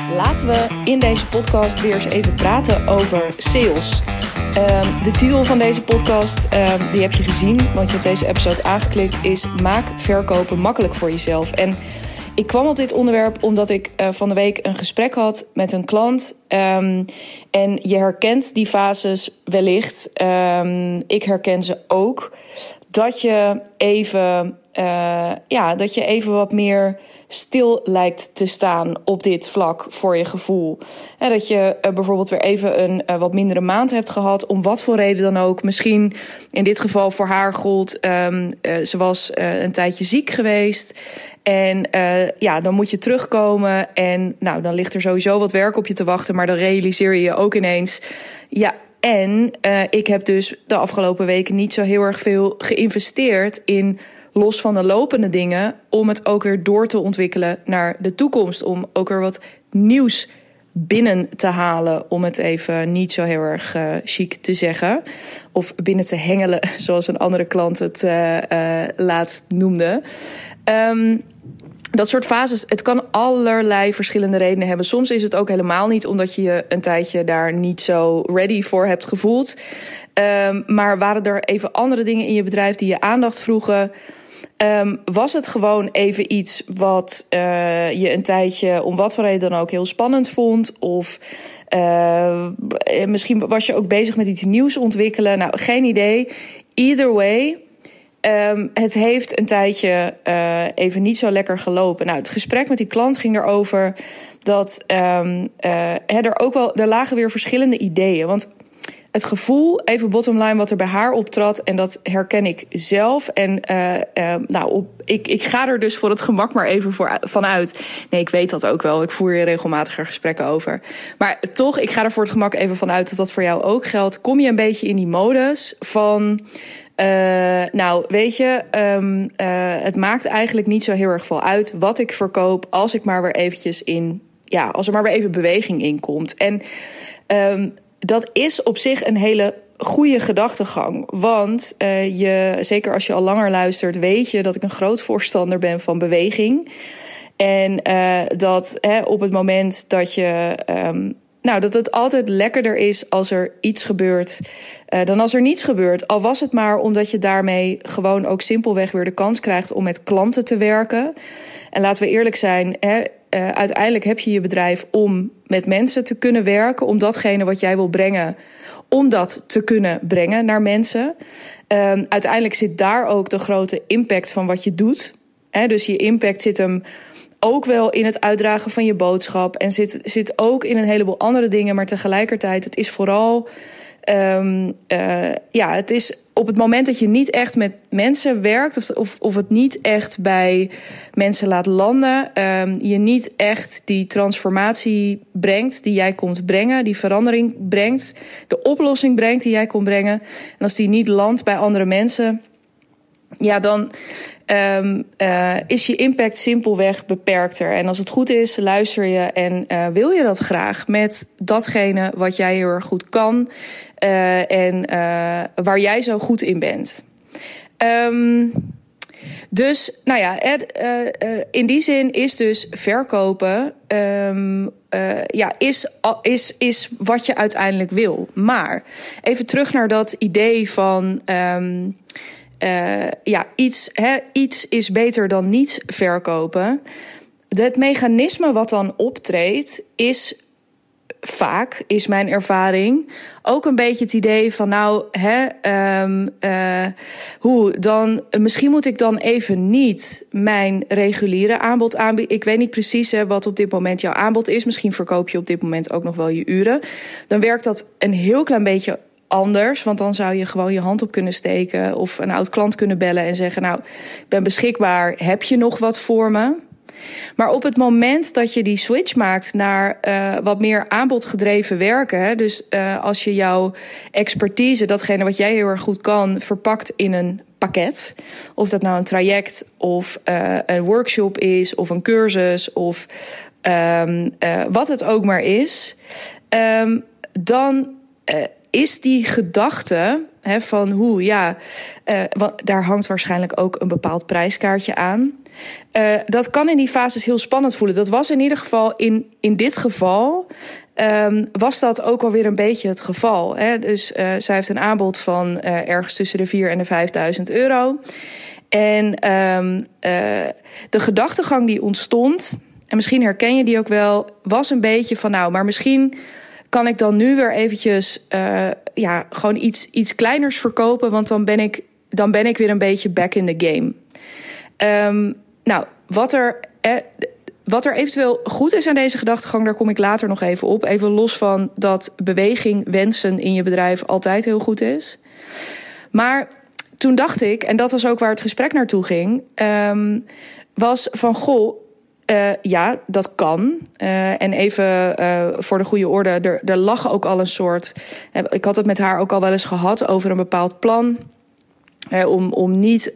Laten we in deze podcast weer eens even praten over sales. De titel van deze podcast, die heb je gezien, want je hebt deze episode aangeklikt, is Maak verkopen makkelijk voor jezelf. En ik kwam op dit onderwerp omdat ik van de week een gesprek had met een klant. En je herkent die fases wellicht. Ik herken ze ook. Dat je even wat meer stil lijkt te staan op dit vlak voor je gevoel. Dat je bijvoorbeeld weer even een wat mindere maand hebt gehad, om wat voor reden dan ook. Misschien in dit geval voor haar gold, ze was een tijdje ziek geweest. En dan moet je terugkomen en dan ligt er sowieso wat werk op je te wachten, maar dan realiseer je ook ineens, en ik heb dus de afgelopen weken niet zo heel erg veel geïnvesteerd in, los van de lopende dingen, om het ook weer door te ontwikkelen naar de toekomst. Om ook weer wat nieuws binnen te halen, om het even niet zo heel erg chic te zeggen. Of binnen te hengelen, zoals een andere klant het laatst noemde. Dat soort fases, het kan allerlei verschillende redenen hebben. Soms is het ook helemaal niet omdat je je een tijdje daar niet zo ready voor hebt gevoeld. Maar waren er even andere dingen in je bedrijf die je aandacht vroegen? Was het gewoon even iets wat je een tijdje, om wat voor reden dan ook, heel spannend vond? Of misschien was je ook bezig met iets nieuws ontwikkelen. Nou, geen idee. Either way, het heeft een tijdje even niet zo lekker gelopen. Nou, het gesprek met die klant ging erover dat er lagen weer verschillende ideeën. Want het gevoel, even bottom line, wat er bij haar optrad, en dat herken ik zelf. En ik ga er dus voor het gemak maar even vanuit. Nee, ik weet dat ook wel. Ik voer hier regelmatiger gesprekken over. Maar toch, ik ga er voor het gemak even vanuit dat dat voor jou ook geldt. Kom je een beetje in die modus van, het maakt eigenlijk niet zo heel erg veel uit wat ik verkoop, als ik maar weer eventjes als er maar weer even beweging in komt. En dat is op zich een hele goede gedachtegang. Want zeker als je al langer luistert, weet je dat ik een groot voorstander ben van beweging. En dat op het moment dat je dat het altijd lekkerder is als er iets gebeurt dan als er niets gebeurt. Al was het maar omdat je daarmee gewoon ook simpelweg weer de kans krijgt om met klanten te werken. En laten we eerlijk zijn, uiteindelijk heb je je bedrijf om met mensen te kunnen werken, om datgene wat jij wil brengen, om dat te kunnen brengen naar mensen. Uiteindelijk zit daar ook de grote impact van wat je doet. Dus je impact zit hem ook wel in het uitdragen van je boodschap en zit ook in een heleboel andere dingen, maar tegelijkertijd, het is vooral, het is op het moment dat je niet echt met mensen werkt, of het niet echt bij mensen laat landen, je niet echt die transformatie brengt die jij komt brengen, die verandering brengt, de oplossing brengt die jij komt brengen. En als die niet landt bij andere mensen, dan is je impact simpelweg beperkter. En als het goed is, luister je en wil je dat graag met datgene wat jij heel erg goed kan en waar jij zo goed in bent. In die zin is dus verkopen is wat je uiteindelijk wil. Maar even terug naar dat idee van iets is beter dan niets verkopen. Het mechanisme wat dan optreedt is vaak, is mijn ervaring, ook een beetje het idee van misschien moet ik dan even niet mijn reguliere aanbod aanbieden. Ik weet niet precies wat op dit moment jouw aanbod is. Misschien verkoop je op dit moment ook nog wel je uren. Dan werkt dat een heel klein beetje anders, want dan zou je gewoon je hand op kunnen steken of een oud klant kunnen bellen en zeggen, ik ben beschikbaar, heb je nog wat voor me? Maar op het moment dat je die switch maakt naar wat meer aanbodgedreven werken, dus als je jouw expertise, datgene wat jij heel erg goed kan, verpakt in een pakket, of dat nou een traject of een workshop is of een cursus of wat het ook maar is, dan is die gedachte van daar hangt waarschijnlijk ook een bepaald prijskaartje aan. Dat kan in die fases heel spannend voelen. Dat was in ieder geval in dit geval... was dat ook alweer een beetje het geval. Hè? Dus zij heeft een aanbod van ergens tussen de 4.000 en de 5.000 euro. En de gedachtegang die ontstond... en misschien herken je die ook wel... was een beetje van maar misschien... kan ik dan nu weer eventjes gewoon iets kleiners verkopen... want dan ben ik weer een beetje back in the game. Wat er eventueel goed is aan deze gedachtegang... daar kom ik later nog even op. Even los van dat beweging, wensen in je bedrijf... altijd heel goed is. Maar toen dacht ik, en dat was ook waar het gesprek naartoe ging... was van, ja, dat kan. En even voor de goede orde, er lag ook al een soort... ik had het met haar ook al wel eens gehad over een bepaald plan... om niet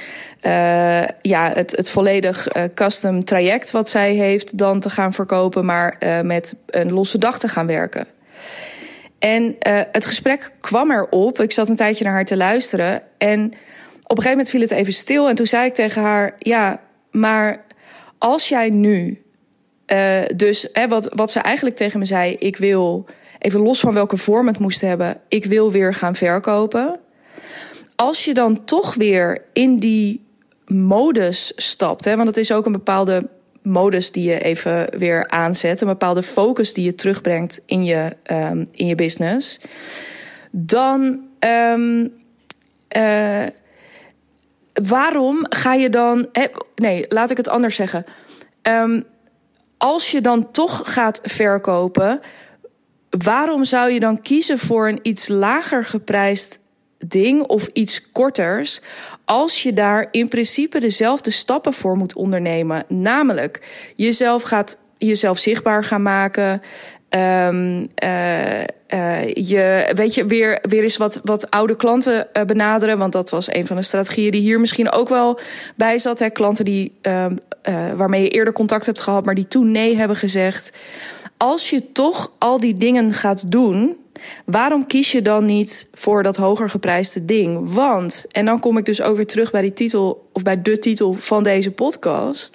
het volledig custom traject wat zij heeft dan te gaan verkopen... maar met een losse dag te gaan werken. En het gesprek kwam erop. Ik zat een tijdje naar haar te luisteren. En op een gegeven moment viel het even stil. En toen zei ik tegen haar... ja, maar als jij nu... wat ze eigenlijk tegen me zei... ik wil, even los van welke vorm het moest hebben... ik wil weer gaan verkopen... Als je dan toch weer in die modus stapt... want het is ook een bepaalde modus die je even weer aanzet... een bepaalde focus die je terugbrengt in je business... dan waarom ga je dan... nee, laat ik het anders zeggen. Als je dan toch gaat verkopen... waarom zou je dan kiezen voor een iets lager geprijsd... ding of iets korters... als je daar in principe dezelfde stappen voor moet ondernemen. Namelijk, jezelf zichtbaar gaan maken... weer eens wat oude klanten benaderen... want dat was een van de strategieën die hier misschien ook wel bij zat. Hè? Klanten die, waarmee je eerder contact hebt gehad... maar die toen nee hebben gezegd. Als je toch al die dingen gaat doen... waarom kies je dan niet voor dat hoger geprijsde ding? Want, en dan kom ik dus ook weer terug bij die titel... of bij de titel van deze podcast...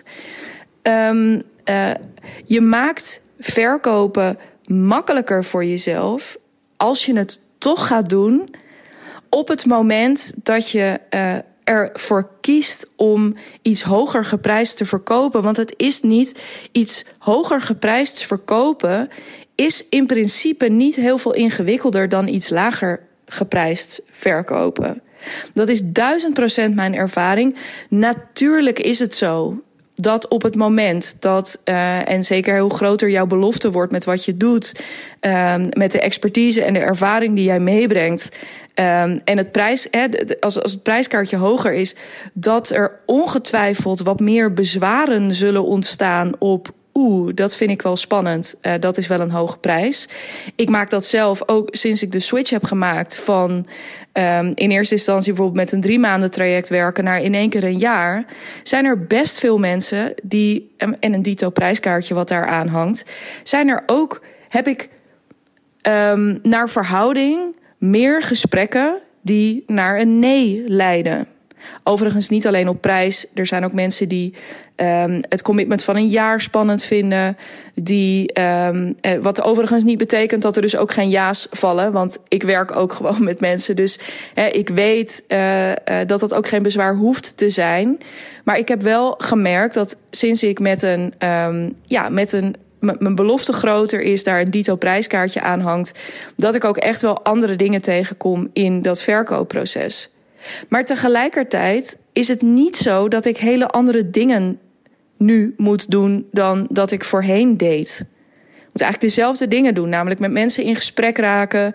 je maakt verkopen makkelijker voor jezelf... als je het toch gaat doen... op het moment dat je ervoor kiest om iets hoger geprijsd te verkopen. Want het is niet iets hoger geprijsd verkopen... is in principe niet heel veel ingewikkelder dan iets lager geprijsd verkopen. Dat is 1000% mijn ervaring. Natuurlijk is het zo dat op het moment dat, en zeker hoe groter jouw belofte wordt met wat je doet, met de expertise en de ervaring die jij meebrengt, en het als het prijskaartje hoger is, dat er ongetwijfeld wat meer bezwaren zullen ontstaan op dat vind ik wel spannend. Dat is wel een hoge prijs. Ik maak dat zelf ook sinds ik de switch heb gemaakt van in eerste instantie bijvoorbeeld met een 3 maanden traject werken naar in 1 keer een jaar. Zijn er best veel mensen die, en een dito prijskaartje wat daar aan hangt, heb ik naar verhouding meer gesprekken die naar een nee leiden. Overigens niet alleen op prijs. Er zijn ook mensen die het commitment van een jaar spannend vinden. Wat overigens niet betekent dat er dus ook geen ja's vallen. Want ik werk ook gewoon met mensen. Dus ik weet dat dat ook geen bezwaar hoeft te zijn. Maar ik heb wel gemerkt dat sinds ik mijn belofte groter is, daar een dito prijskaartje aan hangt, dat ik ook echt wel andere dingen tegenkom in dat verkoopproces. Maar tegelijkertijd is het niet zo dat ik hele andere dingen nu moet doen dan dat ik voorheen deed. Ik moet eigenlijk dezelfde dingen doen, namelijk met mensen in gesprek raken,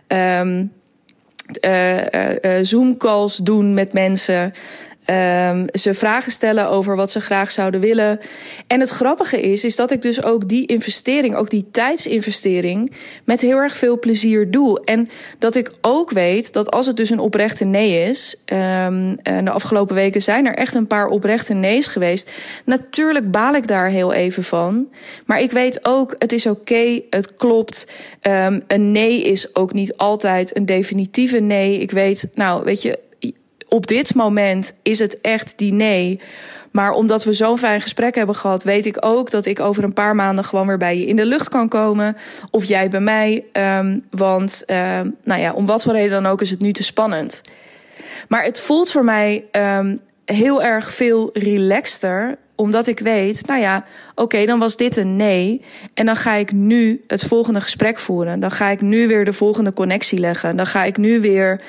Zoom-calls doen met mensen, ze vragen stellen over wat ze graag zouden willen. En het grappige is dat ik dus ook die investering, ook die tijdsinvestering, met heel erg veel plezier doe. En dat ik ook weet dat als het dus een oprechte nee is, de afgelopen weken zijn er echt een paar oprechte nee's geweest. Natuurlijk baal ik daar heel even van. Maar ik weet ook, het is oké, het klopt. Een nee is ook niet altijd een definitieve nee. Ik weet, weet je, op dit moment is het echt die nee. Maar omdat we zo'n fijn gesprek hebben gehad, weet ik ook dat ik over een paar maanden gewoon weer bij je in de lucht kan komen. Of jij bij mij. Want om wat voor reden dan ook is het nu te spannend. Maar het voelt voor mij heel erg veel relaxter. Omdat ik weet, oké, dan was dit een nee. En dan ga ik nu het volgende gesprek voeren. Dan ga ik nu weer de volgende connectie leggen. Dan ga ik nu weer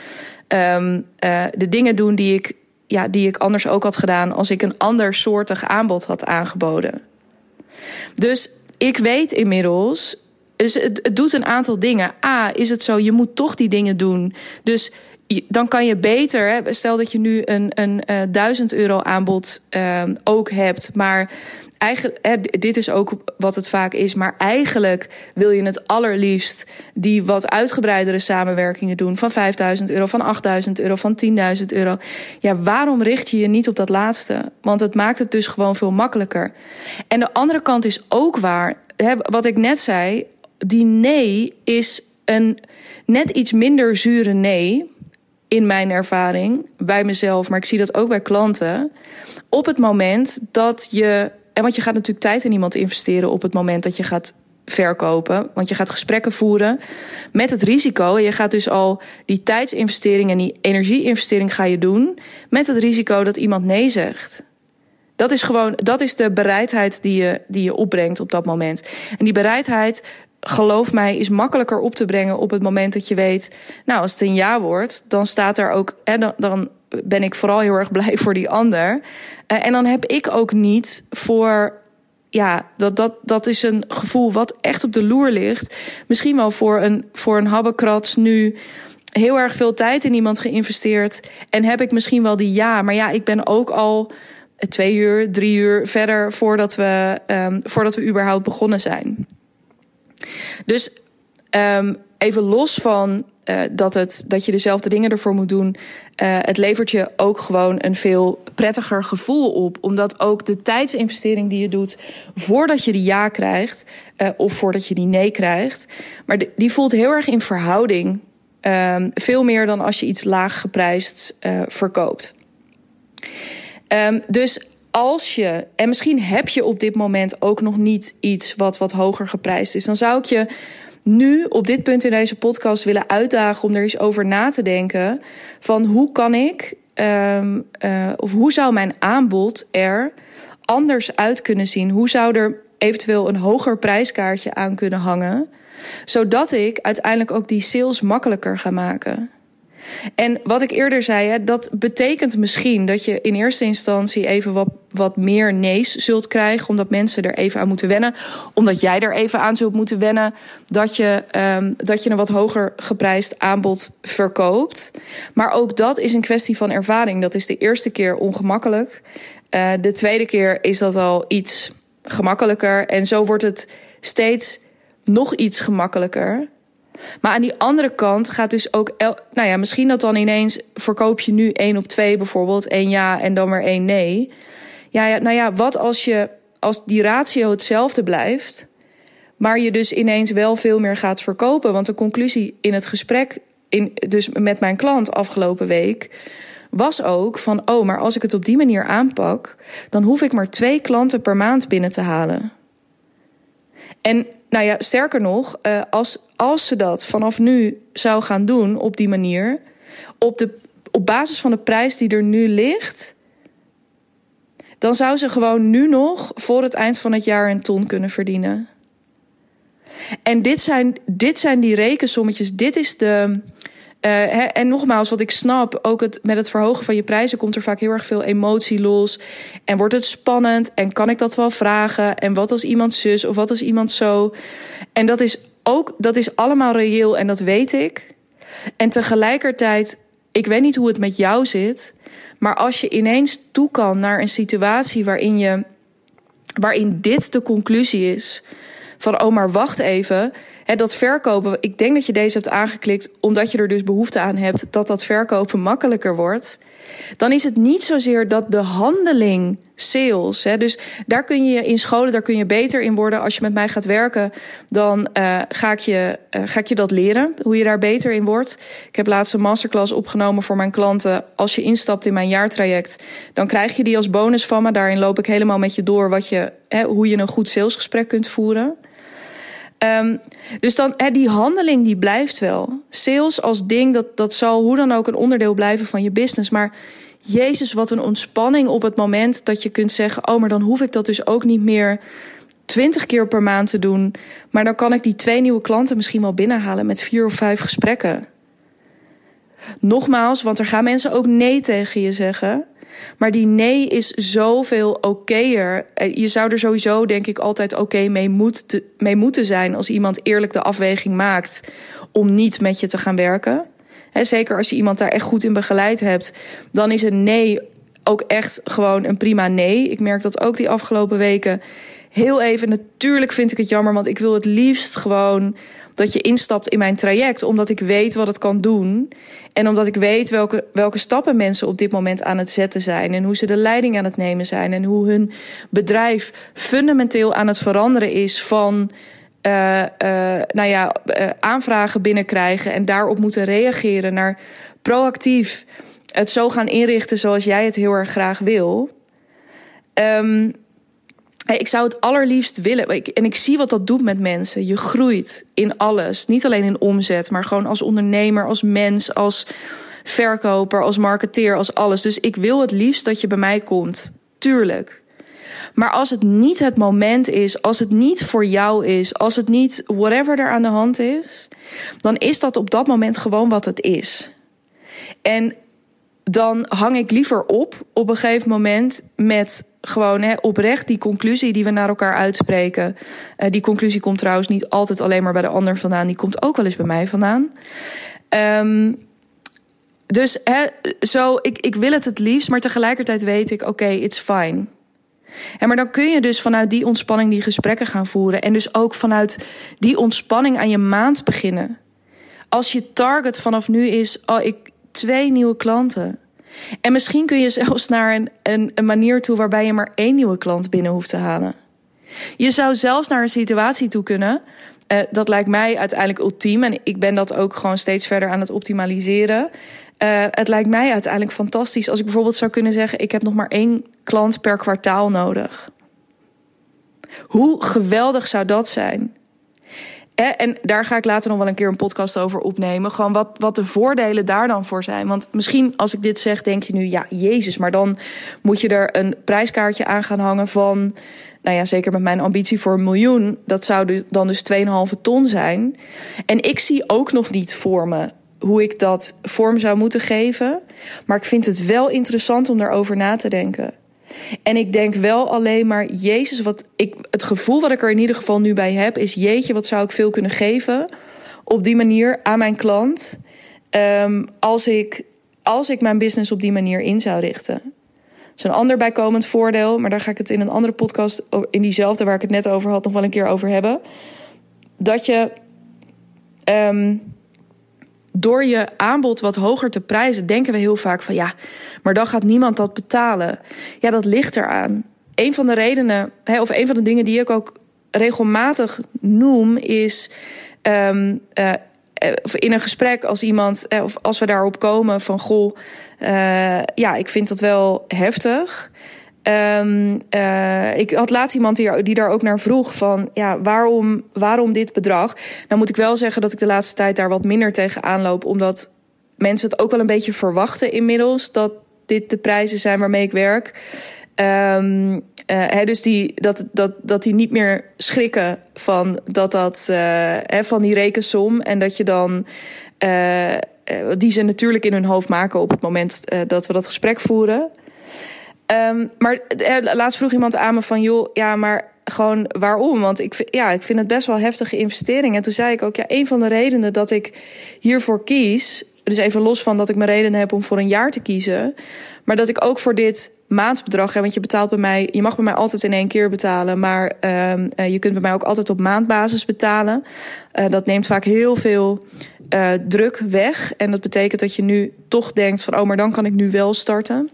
de dingen doen die ik anders ook had gedaan als ik een ander soortig aanbod had aangeboden. Dus ik weet inmiddels, dus het doet een aantal dingen. Is het zo, je moet toch die dingen doen. Dus dan kan je beter, stel dat je nu een €1000 aanbod ook hebt, maar eigenlijk, dit is ook wat het vaak is, maar eigenlijk wil je het allerliefst die wat uitgebreidere samenwerkingen doen van €5000, van €8000, van €10.000. Ja, waarom richt je je niet op dat laatste? Want het maakt het dus gewoon veel makkelijker. En de andere kant is ook waar, wat ik net zei, die nee is een net iets minder zure nee, in mijn ervaring, bij mezelf, maar ik zie dat ook bij klanten, op het moment dat je, want je gaat natuurlijk tijd in iemand investeren op het moment dat je gaat verkopen, want je gaat gesprekken voeren met het risico, en je gaat dus al die tijdsinvestering en die energieinvestering ga je doen met het risico dat iemand nee zegt. Dat is de bereidheid die je opbrengt op dat moment. En die bereidheid, geloof mij, is makkelijker op te brengen op het moment dat je weet, als het een ja wordt, dan staat er ook, dan ben ik vooral heel erg blij voor die ander. En dan heb ik ook niet voor, dat is een gevoel wat echt op de loer ligt. Misschien wel voor een habbekrats nu heel erg veel tijd in iemand geïnvesteerd. En heb ik misschien wel die ja, maar ik ben ook al 2 uur, 3 uur verder voordat we überhaupt begonnen zijn. Dus even los van dat je dezelfde dingen ervoor moet doen, het levert je ook gewoon een veel prettiger gevoel op. Omdat ook de tijdsinvestering die je doet voordat je die ja krijgt, of voordat je die nee krijgt, maar die voelt heel erg in verhouding. Veel meer dan als je iets laag geprijsd verkoopt. Dus als je, en misschien heb je op dit moment ook nog niet iets wat hoger geprijsd is, dan zou ik je nu op dit punt in deze podcast willen uitdagen om er eens over na te denken van hoe kan ik, of hoe zou mijn aanbod er anders uit kunnen zien? Hoe zou er eventueel een hoger prijskaartje aan kunnen hangen, zodat ik uiteindelijk ook die sales makkelijker ga maken? En wat ik eerder zei, dat betekent misschien dat je in eerste instantie even wat meer nee's zult krijgen, omdat mensen er even aan moeten wennen, omdat jij er even aan zult moeten wennen dat je een wat hoger geprijsd aanbod verkoopt. Maar ook dat is een kwestie van ervaring. Dat is de eerste keer ongemakkelijk. De tweede keer is dat al iets gemakkelijker. En zo wordt het steeds nog iets gemakkelijker. Maar aan die andere kant gaat dus ook, misschien dat dan ineens verkoop je nu 1 op 2 bijvoorbeeld, 1 ja en dan weer 1 nee. Wat als die ratio hetzelfde blijft, maar je dus ineens wel veel meer gaat verkopen? Want de conclusie in het gesprek, dus met mijn klant afgelopen week, was ook van, maar als ik het op die manier aanpak, dan hoef ik maar 2 klanten per maand binnen te halen. En sterker nog, als ze dat vanaf nu zou gaan doen op die manier, op basis van de prijs die er nu ligt, dan zou ze gewoon nu nog voor het eind van het jaar 1 ton kunnen verdienen. En dit zijn die rekensommetjes. Dit is de. En nogmaals, wat ik snap, ook met het verhogen van je prijzen komt er vaak heel erg veel emotie los. En wordt het spannend en kan ik dat wel vragen? En wat als iemand zus of wat als iemand zo? En dat is allemaal reëel en dat weet ik. En tegelijkertijd, ik weet niet hoe het met jou zit, maar als je ineens toe kan naar een situatie waarin dit de conclusie is, van maar wacht even, dat verkopen, ik denk dat je deze hebt aangeklikt omdat je er dus behoefte aan hebt dat verkopen makkelijker wordt. dan is het niet zozeer dat de handeling sales. Dus daar kun je in scholen, daar kun je beter in worden. Als je met mij gaat werken, dan ga ik je dat leren, hoe je daar beter in wordt. Ik heb laatst een masterclass opgenomen voor mijn klanten. Als je instapt in mijn jaartraject, dan krijg je die als bonus van me. Daarin loop ik helemaal met je door hoe je een goed salesgesprek kunt voeren. Dus dan, die handeling die blijft wel. Sales als ding, dat zal hoe dan ook een onderdeel blijven van je business. Maar Jezus, wat een ontspanning op het moment dat je kunt zeggen, oh, maar dan hoef ik dat dus ook niet meer 20 keer per maand te doen. Maar dan kan ik die 2 nieuwe klanten misschien wel binnenhalen met 4 of 5 gesprekken. Nogmaals, want er gaan mensen ook nee tegen je zeggen. Maar die nee is zoveel okéer. Je zou er sowieso, denk ik, altijd oké mee moeten zijn als iemand eerlijk de afweging maakt om niet met je te gaan werken. Zeker als je iemand daar echt goed in begeleid hebt, dan is een nee ook echt gewoon een prima nee. Ik merk dat ook die afgelopen weken heel even. Natuurlijk vind ik het jammer, want ik wil het liefst gewoon dat je instapt in mijn traject, omdat ik weet wat het kan doen. En omdat ik weet welke stappen mensen op dit moment aan het zetten zijn. En hoe ze de leiding aan het nemen zijn. En hoe hun bedrijf fundamenteel aan het veranderen is van aanvragen binnenkrijgen en daarop moeten reageren naar proactief het zo gaan inrichten zoals jij het heel erg graag wil. Ik zou het allerliefst willen. En ik zie wat dat doet met mensen. Je groeit in alles. Niet alleen in omzet, maar gewoon als ondernemer, als mens, als verkoper, als marketeer, als alles. Dus ik wil het liefst dat je bij mij komt. Tuurlijk. Maar als het niet het moment is, als het niet voor jou is, als het niet whatever er aan de hand is, dan is dat op dat moment gewoon wat het is. En dan hang ik liever op een gegeven moment met gewoon oprecht die conclusie die we naar elkaar uitspreken. Die conclusie komt trouwens niet altijd alleen maar bij de ander vandaan. Die komt ook wel eens bij mij vandaan. Dus ik wil het liefst, maar tegelijkertijd weet ik, oké, it's fine. Maar dan kun je dus vanuit die ontspanning die gesprekken gaan voeren. En dus ook vanuit die ontspanning aan je maand beginnen. Als je target vanaf nu is, 2 nieuwe klanten. En misschien kun je zelfs naar een manier toe waarbij je maar 1 nieuwe klant binnen hoeft te halen. Je zou zelfs naar een situatie toe kunnen. Dat lijkt mij uiteindelijk ultiem. En ik ben dat ook gewoon steeds verder aan het optimaliseren. Het lijkt mij uiteindelijk fantastisch als ik bijvoorbeeld zou kunnen zeggen, ik heb nog maar 1 klant per kwartaal nodig. Hoe geweldig zou dat zijn? En daar ga ik later nog wel een keer een podcast over opnemen. Gewoon wat de voordelen daar dan voor zijn. Want misschien als ik dit zeg, denk je nu, ja, Jezus, maar dan moet je er een prijskaartje aan gaan hangen van, nou ja, zeker met mijn ambitie voor 1 miljoen. Dat zou dan dus 2,5 ton zijn. En ik zie ook nog niet voor me hoe ik dat vorm zou moeten geven. Maar ik vind het wel interessant om daarover na te denken. En ik denk wel alleen maar, Jezus, het gevoel wat ik er in ieder geval nu bij heb, is, jeetje, wat zou ik veel kunnen geven op die manier aan mijn klant, als ik mijn business op die manier in zou richten. Dat is een ander bijkomend voordeel, maar daar ga ik het in een andere podcast, in diezelfde waar ik het net over had, nog wel een keer over hebben. Dat je door je aanbod wat hoger te prijzen, denken we heel vaak van, ja, maar dan gaat niemand dat betalen. Ja, dat ligt eraan. Een van de redenen, of een van de dingen die ik ook regelmatig noem, is in een gesprek als iemand, of als we daarop komen van, goh, ik vind dat wel heftig. Ik had laatst iemand die daar ook naar vroeg van, ja, waarom dit bedrag? Nou moet ik wel zeggen dat ik de laatste tijd daar wat minder tegen aanloop, omdat mensen het ook wel een beetje verwachten inmiddels, dat dit de prijzen zijn waarmee ik werk. Dus dat die niet meer schrikken van van die rekensom, en dat je dan die ze natuurlijk in hun hoofd maken op het moment dat we dat gesprek voeren. Maar laatst vroeg iemand aan me van, joh, ja, maar gewoon waarom? Want ik vind het best wel heftige investering. En toen zei ik ook, ja, een van de redenen dat ik hiervoor kies, Dus even los van dat ik mijn redenen heb om voor een jaar te kiezen. Maar dat ik ook voor dit maandbedrag, want je betaalt bij mij, je mag bij mij altijd in 1 keer betalen, maar je kunt bij mij ook altijd op maandbasis betalen. Dat neemt vaak heel veel druk weg. En dat betekent dat je nu toch denkt van, maar dan kan ik nu wel starten.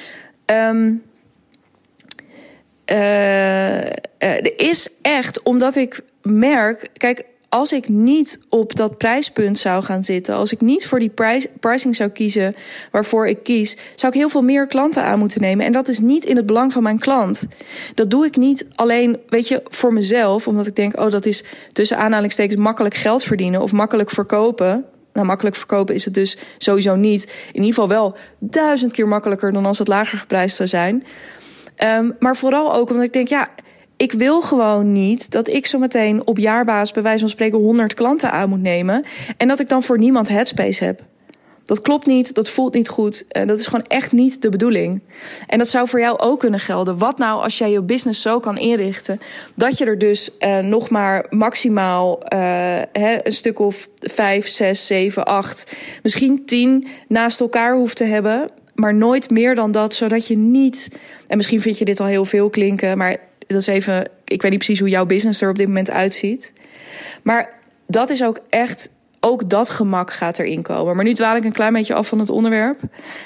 Er is echt, omdat ik merk, kijk, als ik niet op dat prijspunt zou gaan zitten, als ik niet voor die pricing zou kiezen waarvoor ik kies, zou ik heel veel meer klanten aan moeten nemen. En dat is niet in het belang van mijn klant. Dat doe ik niet alleen, voor mezelf, omdat ik denk, dat is tussen aanhalingstekens makkelijk geld verdienen of makkelijk verkopen. Nou, makkelijk verkopen is het dus sowieso niet. In ieder geval wel 1000 keer makkelijker dan als het lager geprijsd zou zijn. Maar vooral ook omdat ik denk, ik wil gewoon niet dat ik zo meteen op jaarbasis bij wijze van spreken 100 klanten aan moet nemen. En dat ik dan voor niemand headspace heb. Dat klopt niet, dat voelt niet goed. Dat is gewoon echt niet de bedoeling. En dat zou voor jou ook kunnen gelden. Wat nou als jij je business zo kan inrichten dat je er dus nog maar maximaal een stuk of 5, 6, 7, 8, misschien 10 naast elkaar hoeft te hebben. Maar nooit meer dan dat, zodat je niet... En misschien vind je dit al heel veel klinken, maar dat is even... Ik weet niet precies hoe jouw business er op dit moment uitziet. Maar dat is ook echt... Ook dat gemak gaat erin komen. Maar nu dwaal ik een klein beetje af van het onderwerp.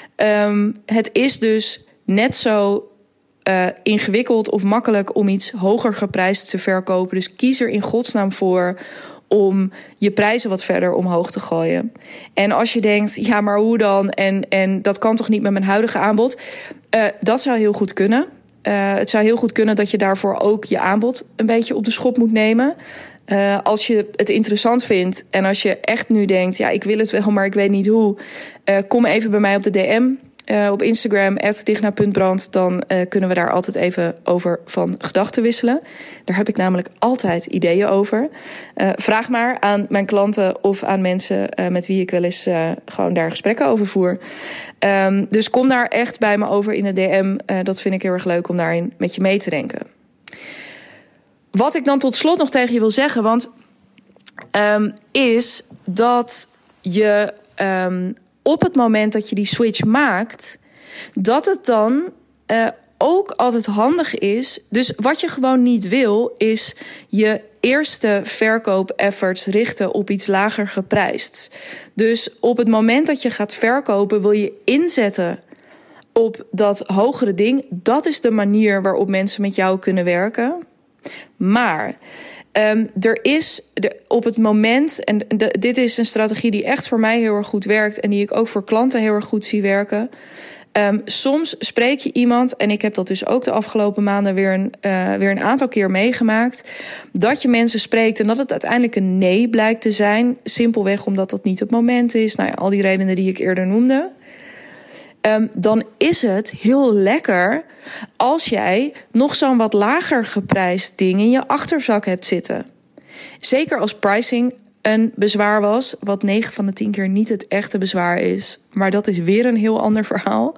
Het is dus net zo ingewikkeld of makkelijk om iets hoger geprijsd te verkopen. Dus kies er in godsnaam voor om je prijzen wat verder omhoog te gooien. En als je denkt, maar hoe dan? En dat kan toch niet met mijn huidige aanbod? Dat zou heel goed kunnen. Het zou heel goed kunnen dat je daarvoor ook je aanbod een beetje op de schop moet nemen. Als je het interessant vindt en als je echt nu denkt, ik wil het wel, maar ik weet niet hoe. Kom even bij mij op de DM. Op Instagram, @digna.brand. Dan kunnen we daar altijd even over van gedachten wisselen. Daar heb ik namelijk altijd ideeën over. Vraag maar aan mijn klanten of aan mensen met wie ik wel eens gewoon daar gesprekken over voer. Dus kom daar echt bij me over in de DM. Dat vind ik heel erg leuk om daarin met je mee te denken. Wat ik dan tot slot nog tegen je wil zeggen, want is dat je op het moment dat je die switch maakt, dat het dan ook altijd handig is. Dus wat je gewoon niet wil, is je eerste verkoop-efforts richten op iets lager geprijsd. Dus op het moment dat je gaat verkopen, wil je inzetten op dat hogere ding. Dat is de manier waarop mensen met jou kunnen werken. Maar er is op het moment, en dit is een strategie die echt voor mij heel erg goed werkt en die ik ook voor klanten heel erg goed zie werken. Soms spreek je iemand, en ik heb dat dus ook de afgelopen maanden weer een aantal keer meegemaakt, dat je mensen spreekt en dat het uiteindelijk een nee blijkt te zijn. Simpelweg omdat dat niet het moment is. Al die redenen die ik eerder noemde. Dan is het heel lekker als jij nog zo'n wat lager geprijsd ding in je achterzak hebt zitten. Zeker als pricing een bezwaar was, wat 9 van de 10 keer niet het echte bezwaar is. Maar dat is weer een heel ander verhaal.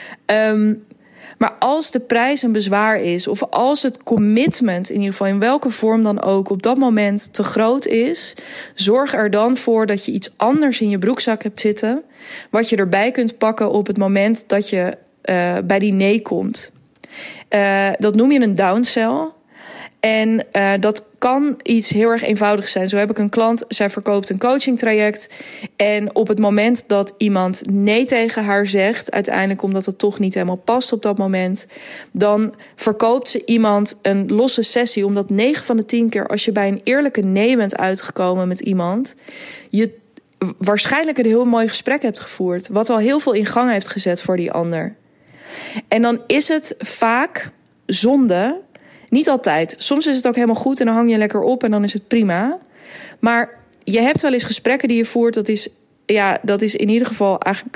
Maar als de prijs een bezwaar is, of als het commitment, in ieder geval in welke vorm dan ook, op dat moment te groot is, zorg er dan voor dat je iets anders in je broekzak hebt zitten, wat je erbij kunt pakken op het moment dat je bij die nee komt. Dat noem je een downsell. En dat kan iets heel erg eenvoudigs zijn. Zo heb ik een klant, zij verkoopt een coachingtraject. En op het moment dat iemand nee tegen haar zegt, uiteindelijk omdat het toch niet helemaal past op dat moment, dan verkoopt ze iemand een losse sessie. Omdat 9 van de 10 keer, als je bij een eerlijke nee bent uitgekomen met iemand, je waarschijnlijk een heel mooi gesprek hebt gevoerd, wat al heel veel in gang heeft gezet voor die ander. En dan is het vaak zonde. Niet altijd. Soms is het ook helemaal goed en dan hang je lekker op en dan is het prima. Maar je hebt wel eens gesprekken die je voert. Dat is in ieder geval eigenlijk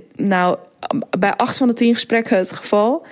bij 8 van de 10 gesprekken het geval.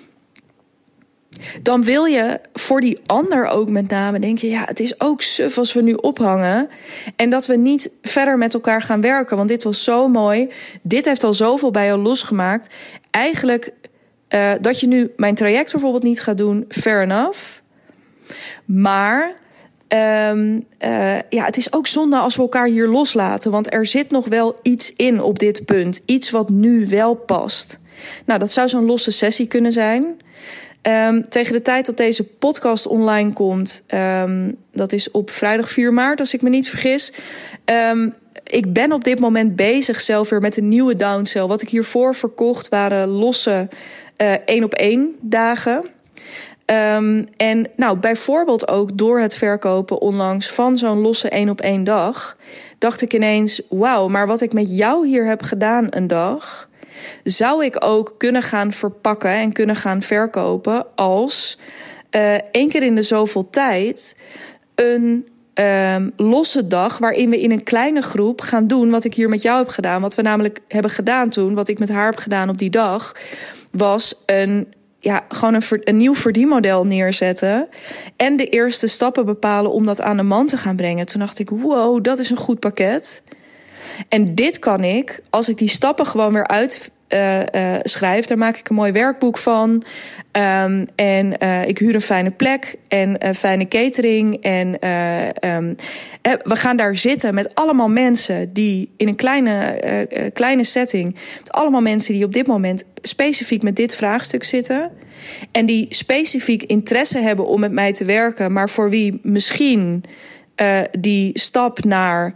Dan wil je voor die ander ook met name denken, het is ook suf als we nu ophangen en dat we niet verder met elkaar gaan werken. Want dit was zo mooi. Dit heeft al zoveel bij jou losgemaakt. Eigenlijk dat je nu mijn traject bijvoorbeeld niet gaat doen, fair enough. Maar Het is ook zonde als we elkaar hier loslaten. Want er zit nog wel iets in op dit punt. Iets wat nu wel past. Nou, dat zou zo'n losse sessie kunnen zijn. Tegen de tijd dat deze podcast online komt, dat is op vrijdag 4 maart, als ik me niet vergis. Ik ben op dit moment bezig zelf weer met een nieuwe downsell. Wat ik hiervoor verkocht waren losse 1-op-1 dagen. En nou, bijvoorbeeld ook door het verkopen onlangs van zo'n losse 1-op-1 dag, dacht ik ineens, wauw, maar wat ik met jou hier heb gedaan een dag, zou ik ook kunnen gaan verpakken en kunnen gaan verkopen als 1 keer in de zoveel tijd een losse dag waarin we in een kleine groep gaan doen wat ik hier met jou heb gedaan. Wat we namelijk hebben gedaan toen, wat ik met haar heb gedaan op die dag, was gewoon een nieuw verdienmodel neerzetten en de eerste stappen bepalen om dat aan de man te gaan brengen. Toen dacht ik, wow, dat is een goed pakket. En dit kan ik, als ik die stappen gewoon weer schrijf, daar maak ik een mooi werkboek van. Ik huur een fijne plek en fijne catering. En we gaan daar zitten met allemaal mensen die in een kleine setting, met allemaal mensen die op dit moment specifiek met dit vraagstuk zitten. En die specifiek interesse hebben om met mij te werken, maar voor wie misschien die stap naar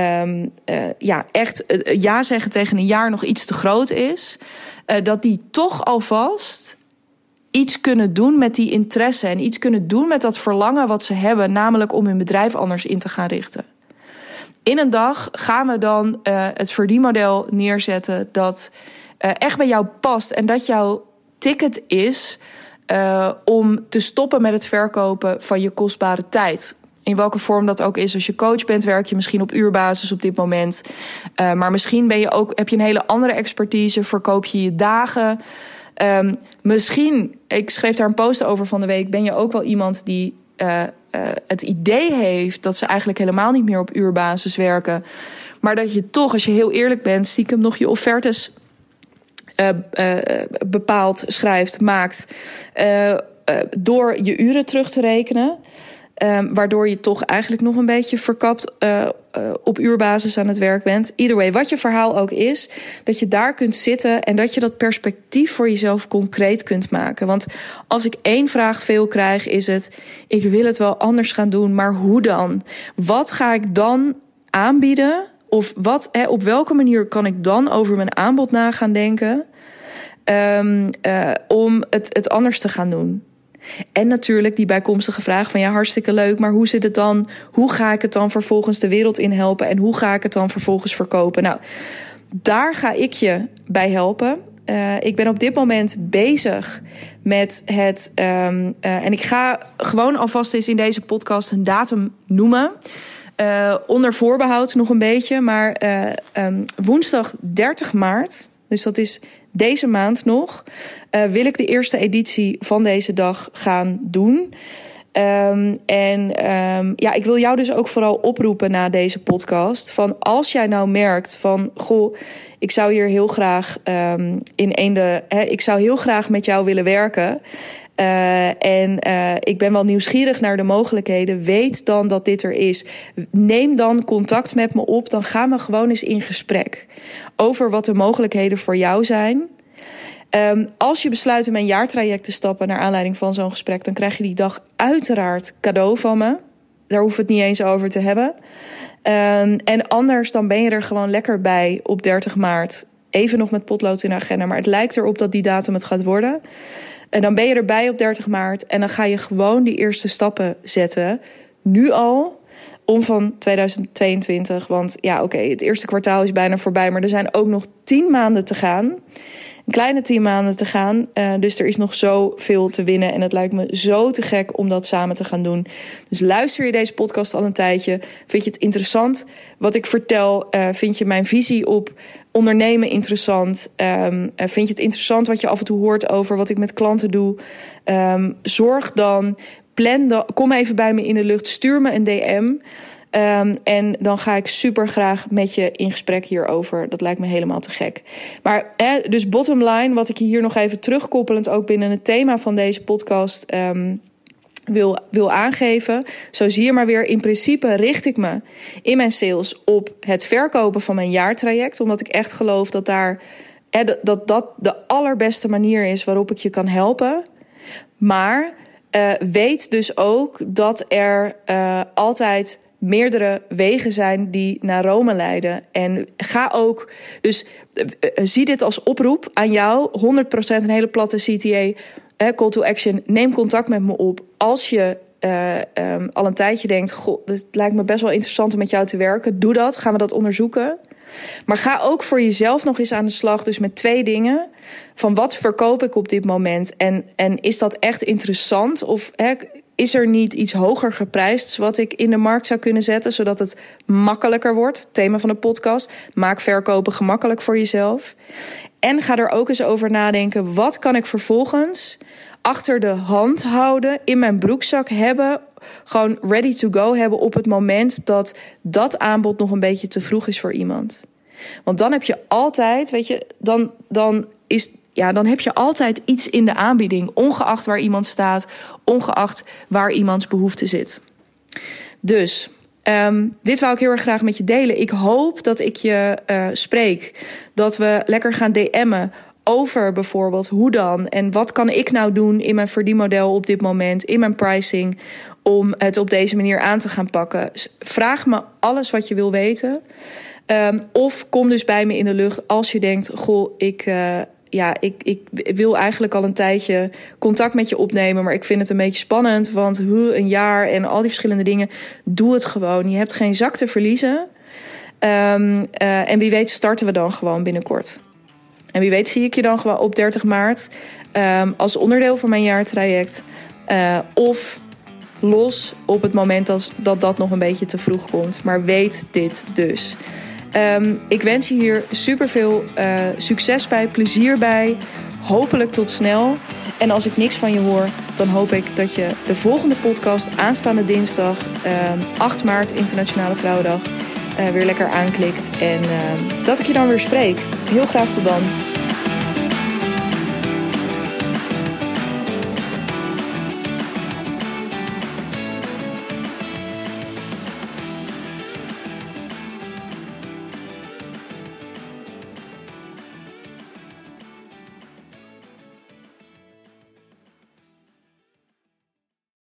echt ja zeggen tegen een jaar nog iets te groot is, dat die toch alvast iets kunnen doen met die interesse en iets kunnen doen met dat verlangen wat ze hebben, namelijk om hun bedrijf anders in te gaan richten. In een dag gaan we dan het verdienmodel neerzetten dat echt bij jou past en dat jouw ticket is om te stoppen met het verkopen van je kostbare tijd. In welke vorm dat ook is. Als je coach bent, werk je misschien op uurbasis op dit moment. Maar misschien heb je een hele andere expertise. Verkoop je je dagen. Misschien, ik schreef daar een post over van de week, ben je ook wel iemand die het idee heeft dat ze eigenlijk helemaal niet meer op uurbasis werken. Maar dat je toch, als je heel eerlijk bent, stiekem nog je offertes bepaald schrijft, maakt, door je uren terug te rekenen. Waardoor je toch eigenlijk nog een beetje verkapt op uurbasis aan het werk bent. Either way, wat je verhaal ook is, dat je daar kunt zitten en dat je dat perspectief voor jezelf concreet kunt maken. Want als ik 1 vraag veel krijg, is het, ik wil het wel anders gaan doen, maar hoe dan? Wat ga ik dan aanbieden? Of op welke manier kan ik dan over mijn aanbod na gaan denken om het anders te gaan doen? En natuurlijk die bijkomstige vraag van, ja, hartstikke leuk, maar hoe zit het dan? Hoe ga ik het dan vervolgens de wereld in helpen? En hoe ga ik het dan vervolgens verkopen? Nou, daar ga ik je bij helpen. Ik ben op dit moment bezig met het en ik ga gewoon alvast eens in deze podcast een datum noemen. Onder voorbehoud nog een beetje, maar woensdag 30 maart, dus dat is deze maand nog, wil ik de eerste editie van deze dag gaan doen. Ik wil jou dus ook vooral oproepen na deze podcast, van als jij nou merkt van, goh, ik zou hier heel graag ik zou heel graag met jou willen werken. Ik ben wel nieuwsgierig naar de mogelijkheden. Weet dan dat dit er is. Neem dan contact met me op. Dan gaan we gewoon eens in gesprek over wat de mogelijkheden voor jou zijn. Als je besluit om een jaartraject te stappen naar aanleiding van zo'n gesprek, dan krijg je die dag uiteraard cadeau van me. Daar hoeven we het niet eens over te hebben. En anders dan ben je er gewoon lekker bij op 30 maart. Even nog met potlood in de agenda. Maar het lijkt erop dat die datum het gaat worden. En dan ben je erbij op 30 maart. En dan ga je gewoon die eerste stappen zetten. Nu al. Om van 2022. Want ja, oké, het eerste kwartaal is bijna voorbij. Maar er zijn ook nog 10 maanden te gaan. Een kleine 10 maanden te gaan. Dus er is nog zoveel te winnen. En het lijkt me zo te gek om dat samen te gaan doen. Dus luister je deze podcast al een tijdje. Vind je het interessant wat ik vertel? Vind je mijn visie op ondernemen interessant? Vind je het interessant wat je af en toe hoort over wat ik met klanten doe? Zorg dan, kom even bij me in de lucht. Stuur me een DM. En dan ga ik super graag met je in gesprek hierover. Dat lijkt me helemaal te gek. Maar dus bottom line, wat ik hier nog even terugkoppelend ook binnen het thema van deze podcast wil aangeven. Zo zie je maar weer, in principe richt ik me in mijn sales op het verkopen van mijn jaartraject. Omdat ik echt geloof dat dat de allerbeste manier is waarop ik je kan helpen. Maar weet dus ook dat er altijd meerdere wegen zijn die naar Rome leiden. En ga ook, dus zie dit als oproep aan jou. 100% een hele platte CTA, call to action. Neem contact met me op als je al een tijdje denkt, goh, het lijkt me best wel interessant om met jou te werken. Doe dat, gaan we dat onderzoeken. Maar ga ook voor jezelf nog eens aan de slag. Dus met 2 dingen. Van wat verkoop ik op dit moment? En is dat echt interessant? Of is er niet iets hoger geprijsd wat ik in de markt zou kunnen zetten, zodat het makkelijker wordt? Thema van de podcast. Maak verkopen gemakkelijk voor jezelf. En ga er ook eens over nadenken. Wat kan ik vervolgens achter de hand houden, in mijn broekzak hebben, gewoon ready to go hebben op het moment dat aanbod nog een beetje te vroeg is voor iemand. Want dan heb je altijd, weet je, dan heb je altijd iets in de aanbieding, ongeacht waar iemand staat, ongeacht waar iemands behoefte zit. Dus dit wou ik heel erg graag met je delen. Ik hoop dat ik je spreek, dat we lekker gaan DM'en over bijvoorbeeld hoe dan en wat kan ik nou doen in mijn verdienmodel op dit moment, in mijn pricing, om het op deze manier aan te gaan pakken. Vraag me alles wat je wil weten. Of kom dus bij me in de lucht als je denkt, goh, ik wil eigenlijk al een tijdje contact met je opnemen, maar ik vind het een beetje spannend, want een jaar en al die verschillende dingen. Doe het gewoon. Je hebt geen zak te verliezen. En wie weet starten we dan gewoon binnenkort. En wie weet zie ik je dan gewoon op 30 maart als onderdeel van mijn jaartraject. Of los op het moment dat nog een beetje te vroeg komt. Maar weet dit dus. Ik wens je hier superveel succes bij, plezier bij. Hopelijk tot snel. En als ik niks van je hoor, dan hoop ik dat je de volgende podcast aanstaande dinsdag, 8 maart, Internationale Vrouwendag, weer lekker aanklikt. En dat ik je dan weer spreek. Heel graag tot dan.